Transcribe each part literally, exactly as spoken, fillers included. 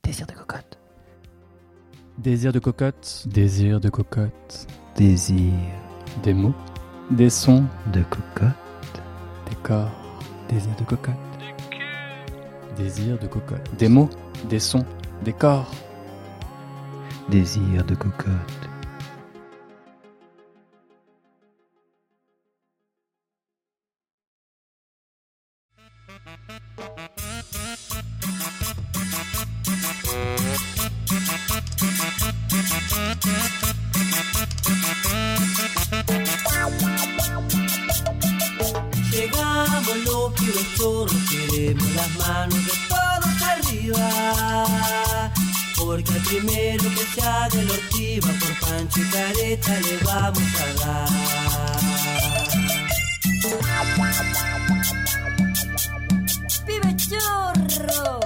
Désir de cocotte. Désir de cocotte. Désir de cocotte. Désir Des mots. Des sons. de cocotte. Des corps. Désir de cocotte. Désir de cocotte. Des mots. Des sons. Des corps. Désir de cocotte. Llegamos los pibes chorros, queremos las manos de todos arriba. Porque al primero que sea de la ortiva, por Pancho y Careta le vamos a dar. ¡Pibe chorro!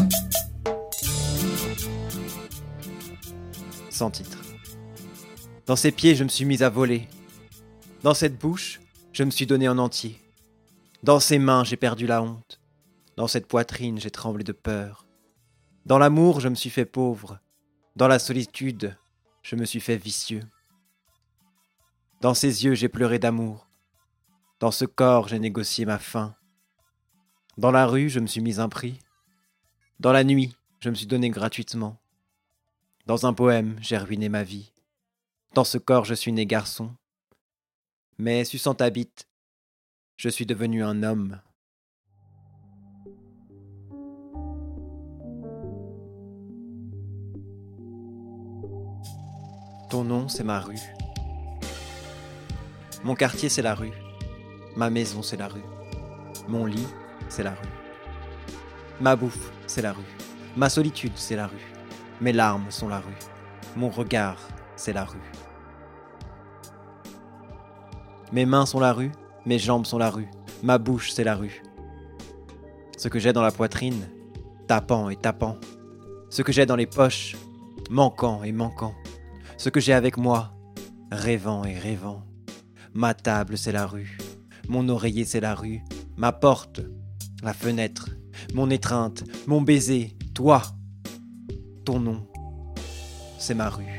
Sans titre. Dans ses pieds, je me suis mis à voler. Dans cette bouche, je me suis donné en entier. Dans ses mains, j'ai perdu la honte. Dans cette poitrine, j'ai tremblé de peur. Dans l'amour, je me suis fait pauvre. Dans la solitude, je me suis fait vicieux. Dans ses yeux, j'ai pleuré d'amour. Dans ce corps, j'ai négocié ma faim. Dans la rue, je me suis mis un prix. Dans la nuit, je me suis donné gratuitement. Dans un poème, j'ai ruiné ma vie. Dans ce corps, je suis né garçon. Mais suçant ta bite, je suis devenu un homme. Ton nom, c'est ma rue. Mon quartier, c'est la rue. Ma maison, c'est la rue. Mon lit, c'est la rue. Ma bouffe, c'est la rue. Ma solitude, c'est la rue. Mes larmes sont la rue. Mon regard, c'est la rue. Mes mains sont la rue. Mes jambes sont la rue. Ma bouche, c'est la rue. Ce que j'ai dans la poitrine, tapant et tapant. Ce que j'ai dans les poches, manquant et manquant. Ce que j'ai avec moi, rêvant et rêvant. Ma table, c'est la rue. Mon oreiller, c'est la rue. Ma porte, la fenêtre. Mon étreinte, mon baiser, toi. Ton nom, c'est ma rue.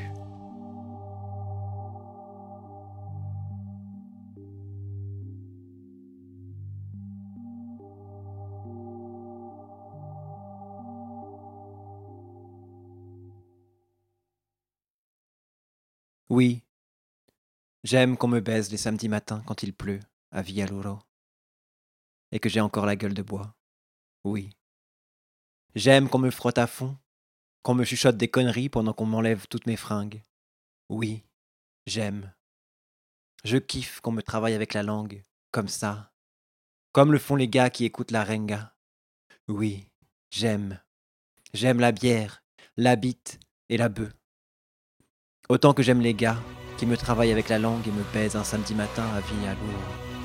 Oui, j'aime qu'on me baise les samedis matins quand il pleut à Villaluro et que j'ai encore la gueule de bois. Oui, j'aime qu'on me frotte à fond, qu'on me chuchote des conneries pendant qu'on m'enlève toutes mes fringues. Oui, j'aime. Je kiffe qu'on me travaille avec la langue, comme ça, comme le font les gars qui écoutent la renga. Oui, j'aime. J'aime la bière, la bite et la bœuf. Autant que j'aime les gars qui me travaillent avec la langue et me baisent un samedi matin à Villaluro.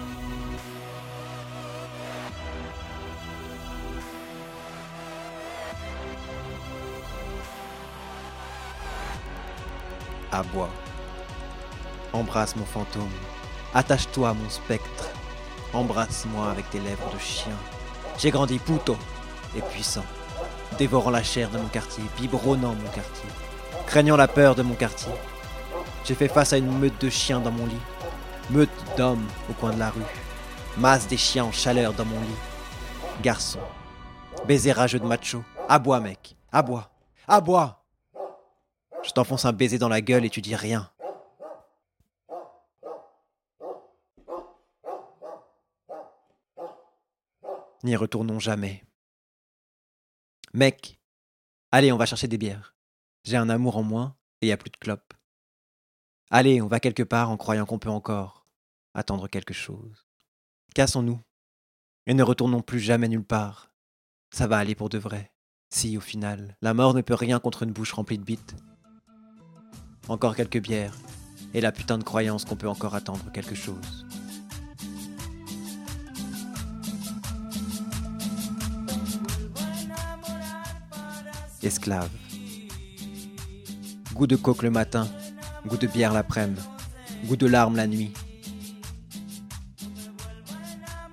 À bois. Embrasse mon fantôme. Attache-toi à mon spectre. Embrasse-moi avec tes lèvres de chien. J'ai grandi puto et puissant, dévorant la chair de mon quartier, biberonnant mon quartier, craignant la peur de mon quartier. J'ai fait face à une meute de chiens dans mon lit, meute d'hommes au coin de la rue, masse des chiens en chaleur dans mon lit. Garçon, baiser rageux de macho, aboie mec, aboie, aboie. Je t'enfonce un baiser dans la gueule et tu dis rien. N'y retournons jamais. Mec, allez, on va chercher des bières. J'ai un amour en moins et y a plus de clopes. Allez, on va quelque part en croyant qu'on peut encore attendre quelque chose. Cassons-nous et ne retournons plus jamais nulle part. Ça va aller pour de vrai. Si, au final, la mort ne peut rien contre une bouche remplie de bites. Encore quelques bières et la putain de croyance qu'on peut encore attendre quelque chose. Esclave. Goût de coke le matin, goût de bière l'après-midi, goût de larmes la nuit.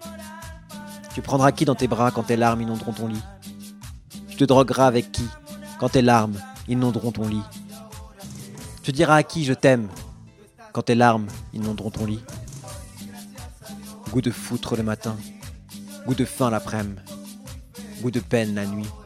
Tu prendras qui dans tes bras quand tes larmes inonderont ton lit? Tu te drogueras avec qui quand tes larmes inonderont ton lit. Tu diras à qui je t'aime, quand tes larmes inonderont ton lit. Goût de foutre le matin, goût de faim l'après-midi, goût de peine la nuit.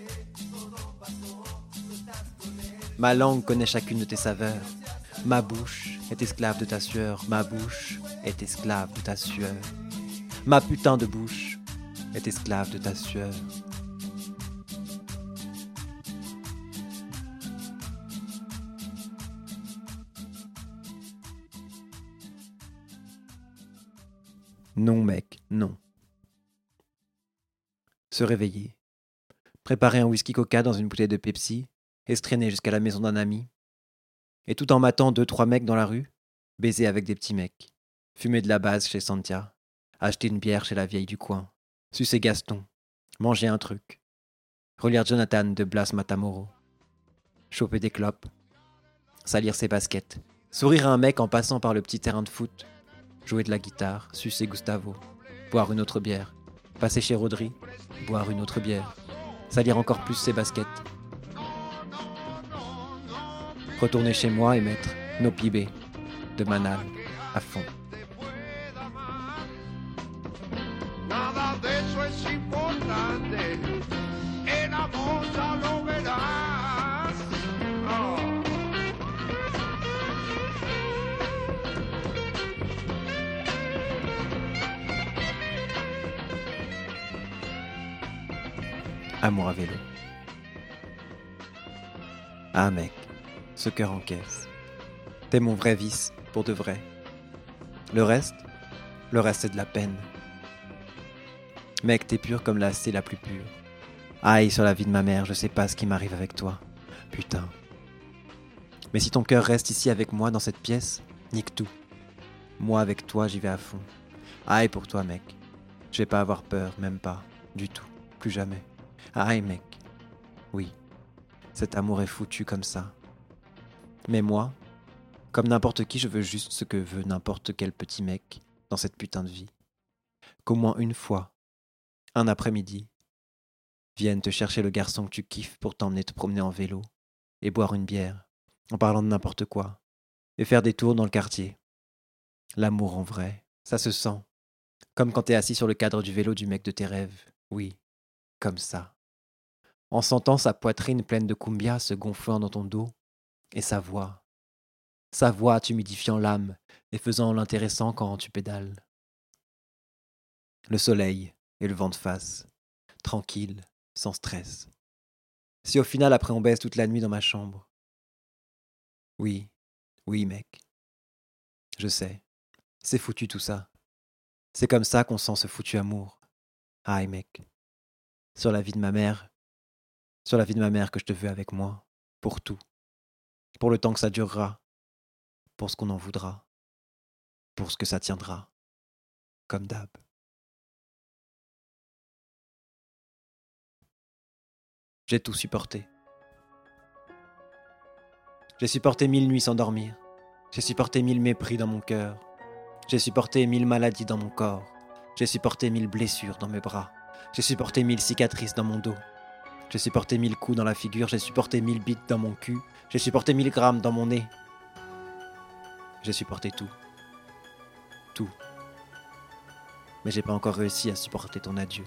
Ma langue connaît chacune de tes saveurs, ma bouche est esclave de ta sueur, ma bouche est esclave de ta sueur. Ma putain de bouche est esclave de ta sueur. Non, mec, non. Se réveiller. Préparer un whisky coca dans une bouteille de Pepsi et se traîner jusqu'à la maison d'un ami. Et tout en matant deux, trois mecs dans la rue, baiser avec des petits mecs. Fumer de la base chez Santia. Acheter une bière chez la vieille du coin. Sucer Gaston. Manger un truc. Relire Jonathan de Blas Matamoro. Choper des clopes. Salir ses baskets. Sourire à un mec en passant par le petit terrain de foot. Jouer de la guitare. Sucer Gustavo. Boire une autre bière. Passer chez Rodri. Boire une autre bière. Salir encore plus ses baskets. Retourner chez moi et mettre No Pibe de Manal à fond. Nada de eso es importante, en amor ya lo verás. Oh. Amour à vélo. Ah mec, ce cœur en caisse. T'es mon vrai vice, pour de vrai. Le reste, le reste c'est de la peine. Mec, t'es pur comme la c'est la plus pure. Aïe, sur la vie de ma mère, je sais pas ce qui m'arrive avec toi. Putain. Mais si ton cœur reste ici avec moi dans cette pièce, nique tout. Moi avec toi, j'y vais à fond. Aïe pour toi, mec. Je vais pas avoir peur, même pas. Du tout. Plus jamais. Aïe, mec. Oui. Cet amour est foutu comme ça. Mais moi, comme n'importe qui, je veux juste ce que veut n'importe quel petit mec dans cette putain de vie. Qu'au moins une fois, un après-midi, vienne te chercher le garçon que tu kiffes pour t'emmener te promener en vélo et boire une bière, en parlant de n'importe quoi, et faire des tours dans le quartier. L'amour en vrai, ça se sent. Comme quand t'es assis sur le cadre du vélo du mec de tes rêves. Oui, comme ça. En sentant sa poitrine pleine de cumbia se gonflant dans ton dos, et sa voix. Sa voix t'humidifiant l'âme et faisant l'intéressant quand tu pédales. Le soleil et le vent de face, tranquille, sans stress. Si au final après on baisse toute la nuit dans ma chambre. Oui, oui mec. Je sais, c'est foutu tout ça. C'est comme ça qu'on sent ce foutu amour. Aïe mec. Sur la vie de ma mère, sur la vie de ma mère que je te veux avec moi, pour tout. Pour le temps que ça durera, pour ce qu'on en voudra, pour ce que ça tiendra, comme d'hab. J'ai tout supporté. J'ai supporté mille nuits sans dormir. J'ai supporté mille mépris dans mon cœur. J'ai supporté mille maladies dans mon corps. J'ai supporté mille blessures dans mes bras. J'ai supporté mille cicatrices dans mon dos. J'ai supporté mille coups dans la figure. J'ai supporté mille bites dans mon cul. J'ai supporté mille grammes dans mon nez. J'ai supporté tout. Tout. Mais j'ai pas encore réussi à supporter ton adieu.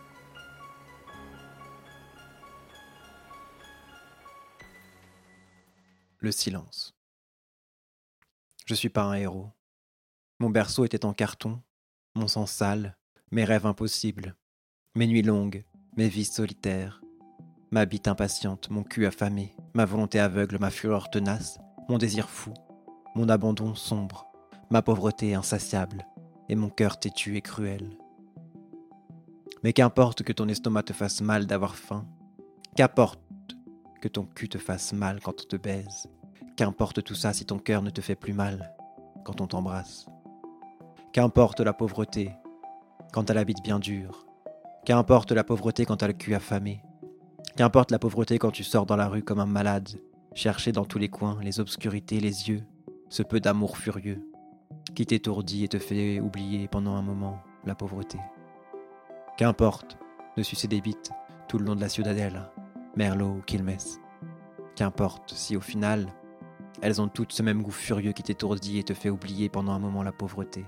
Le silence. Je suis pas un héros. Mon berceau était en carton, mon sang sale, mes rêves impossibles, mes nuits longues, mes vies solitaires, ma bite impatiente, mon cul affamé, ma volonté aveugle, ma fureur tenace, mon désir fou, mon abandon sombre, ma pauvreté insatiable, et mon cœur têtu et cruel. Mais qu'importe que ton estomac te fasse mal d'avoir faim, qu'importe que ton cul te fasse mal quand on te baise, qu'importe tout ça si ton cœur ne te fait plus mal quand on t'embrasse. Qu'importe la pauvreté quand t'as la bite bien dure, qu'importe la pauvreté quand t'as le cul affamé, qu'importe la pauvreté quand tu sors dans la rue comme un malade, chercher dans tous les coins, les obscurités, les yeux, ce peu d'amour furieux, qui t'étourdit et te fait oublier pendant un moment la pauvreté. Qu'importe de sucer des bites tout le long de la ciudadelle, Merlot ou Quilmes. Qu'importe si au final, elles ont toutes ce même goût furieux qui t'étourdit et te fait oublier pendant un moment la pauvreté.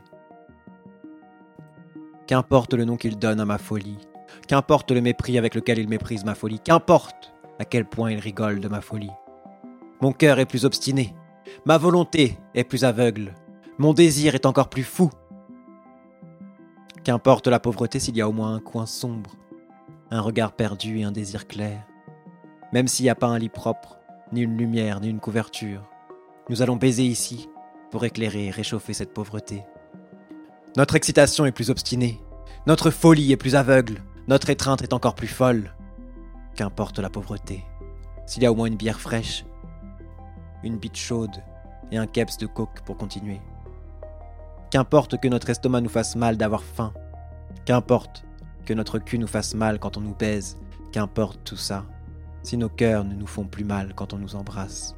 Qu'importe le nom qu'il donne à ma folie, qu'importe le mépris avec lequel il méprise ma folie, qu'importe à quel point il rigole de ma folie. Mon cœur est plus obstiné, ma volonté est plus aveugle, mon désir est encore plus fou. Qu'importe la pauvreté s'il y a au moins un coin sombre, un regard perdu et un désir clair. Même s'il n'y a pas un lit propre, ni une lumière, ni une couverture, nous allons baiser ici pour éclairer et réchauffer cette pauvreté. Notre excitation est plus obstinée, notre folie est plus aveugle, notre étreinte est encore plus folle. Qu'importe la pauvreté, s'il y a au moins une bière fraîche, une bite chaude et un keps de coke pour continuer. Qu'importe que notre estomac nous fasse mal d'avoir faim, qu'importe que notre cul nous fasse mal quand on nous baise, qu'importe tout ça, si nos cœurs ne nous font plus mal quand on nous embrasse.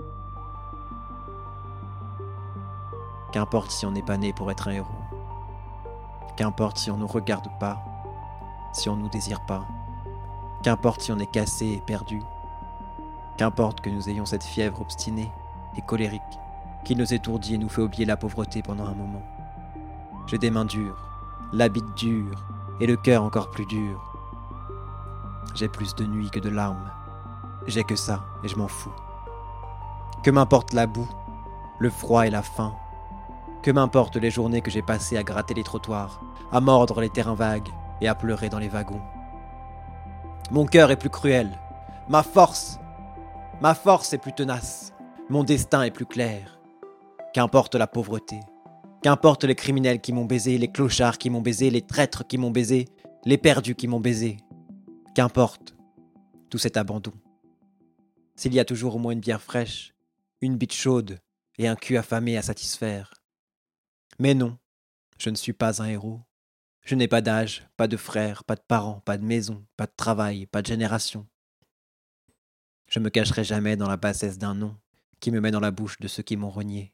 Qu'importe si on n'est pas né pour être un héros. Qu'importe si on ne nous regarde pas, si on ne nous désire pas. Qu'importe si on est cassé et perdu. Qu'importe que nous ayons cette fièvre obstinée et colérique qui nous étourdit et nous fait oublier la pauvreté pendant un moment. J'ai des mains dures, la bite dure et le cœur encore plus dur. J'ai plus de nuits que de larmes. J'ai que ça et je m'en fous. Que m'importe la boue, le froid et la faim. Que m'importe les journées que j'ai passées à gratter les trottoirs, à mordre les terrains vagues et à pleurer dans les wagons. Mon cœur est plus cruel. Ma force, ma force est plus tenace. Mon destin est plus clair. Qu'importe la pauvreté. Qu'importe les criminels qui m'ont baisé, les clochards qui m'ont baisé, les traîtres qui m'ont baisé, les perdus qui m'ont baisé. Qu'importe tout cet abandon. S'il y a toujours au moins une bière fraîche, une bite chaude et un cul affamé à satisfaire. Mais non, je ne suis pas un héros. Je n'ai pas d'âge, pas de frères, pas de parents, pas de maison, pas de travail, pas de génération. Je me cacherai jamais dans la bassesse d'un nom qui me met dans la bouche de ceux qui m'ont renié.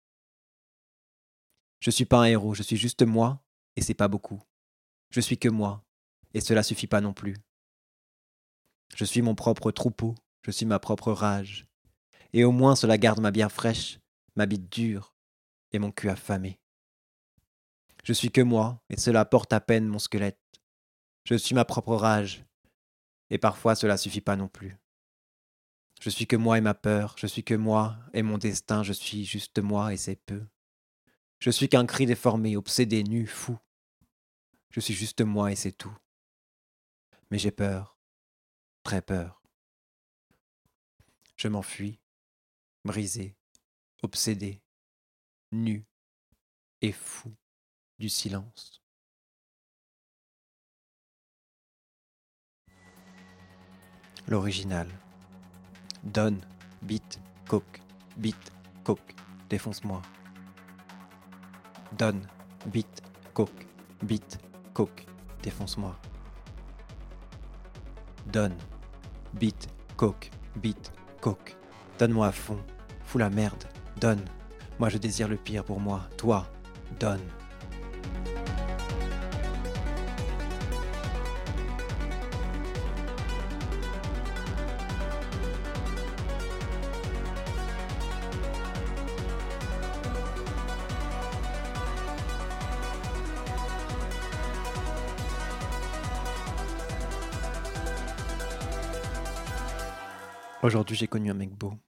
Je suis pas un héros, je suis juste moi, et c'est pas beaucoup. Je suis que moi, et cela suffit pas non plus. Je suis mon propre troupeau, je suis ma propre rage, et au moins cela garde ma bière fraîche, ma bite dure, et mon cul affamé. Je suis que moi, et cela porte à peine mon squelette. Je suis ma propre rage, et parfois cela suffit pas non plus. Je suis que moi et ma peur, je suis que moi et mon destin, je suis juste moi et c'est peu. Je suis qu'un cri déformé, obsédé, nu, fou. Je suis juste moi et c'est tout. Mais j'ai peur, très peur. Je m'enfuis, brisé, obsédé, nu et fou du silence. L'original. Donne, bite, coke, bite, coke, défonce-moi. Donne, bite, coke, bite, coke, défonce-moi. Donne, bite, coke, bite, coke, donne-moi à fond, fous la merde, donne. Moi je désire le pire pour moi, toi, donne. Aujourd'hui, j'ai connu un mec beau.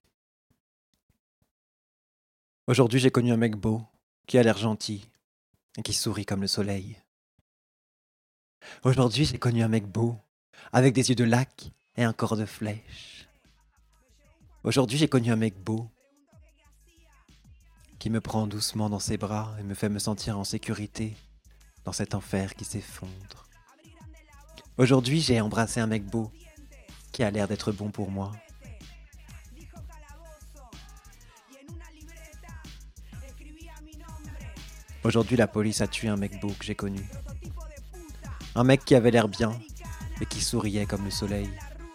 Aujourd'hui, j'ai connu un mec beau, qui a l'air gentil, et qui sourit comme le soleil. Aujourd'hui, j'ai connu un mec beau, avec des yeux de lac et un corps de flèche. Aujourd'hui, j'ai connu un mec beau, qui me prend doucement dans ses bras et me fait me sentir en sécurité dans cet enfer qui s'effondre. Aujourd'hui, j'ai embrassé un mec beau, qui a l'air d'être bon pour moi. Aujourd'hui, la police a tué un mec beau que j'ai connu. Un mec qui avait l'air bien et qui souriait comme le soleil.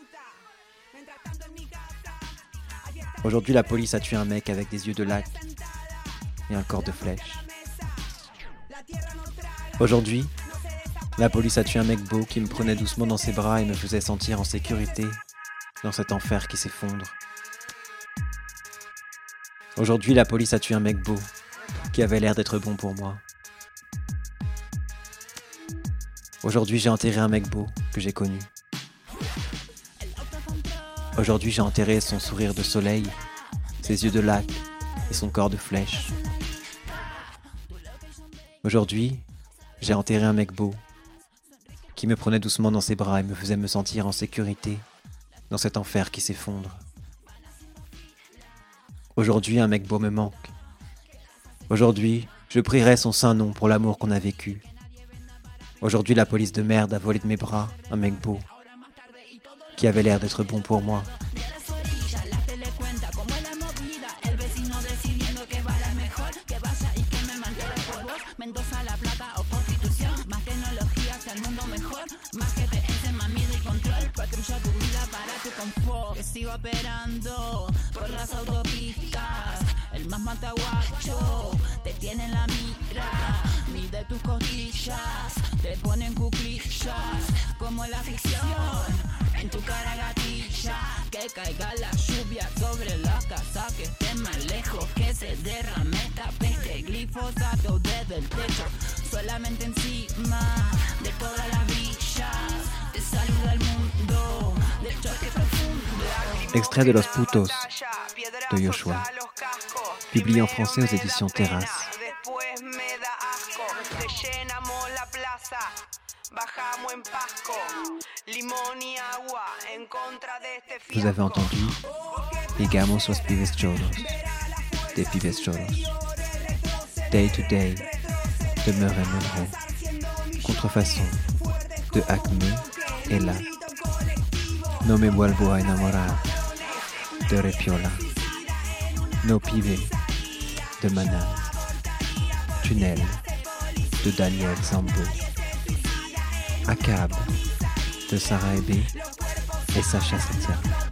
Aujourd'hui, la police a tué un mec avec des yeux de lac et un corps de flèche. Aujourd'hui, la police a tué un mec beau qui me prenait doucement dans ses bras et me faisait sentir en sécurité dans cet enfer qui s'effondre. Aujourd'hui, la police a tué un mec beau, qui avait l'air d'être bon pour moi. Aujourd'hui, j'ai enterré un mec beau que j'ai connu. Aujourd'hui, j'ai enterré son sourire de soleil, ses yeux de lac et son corps de flèche. Aujourd'hui, j'ai enterré un mec beau, qui me prenait doucement dans ses bras et me faisait me sentir en sécurité dans cet enfer qui s'effondre. Aujourd'hui, un mec beau me manque. Aujourd'hui, je prierai son saint nom pour l'amour qu'on a vécu. Aujourd'hui, la police de merde a volé de mes bras un mec beau, qui avait l'air d'être bon pour moi. Sigo operando por las autopistas. El más mataguacho te tiene en la mira. Mide tus costillas, te ponen cuclillas. Como la ficción, en tu cara gatilla. Que caiga la lluvia sobre la casa, que esté más lejos, que se derrame esta peste. Glifosato desde el techo, solamente encima de todas las villas. Te saluda el mundo del choque profundo. Extrait de Los Putos de Yoshua, publié en français aux éditions Terrasse. Vous avez entendu Digamos los pibes choros, des pibes choros. Day to Day de Murray Monroe. Contrefaçon de Acme et la No me vuelvo a enamorar de Repiola. No Pibe de Manan. Tunnel de Daniel Zambo. Acab de Sarah Ebé et Sacha Satia.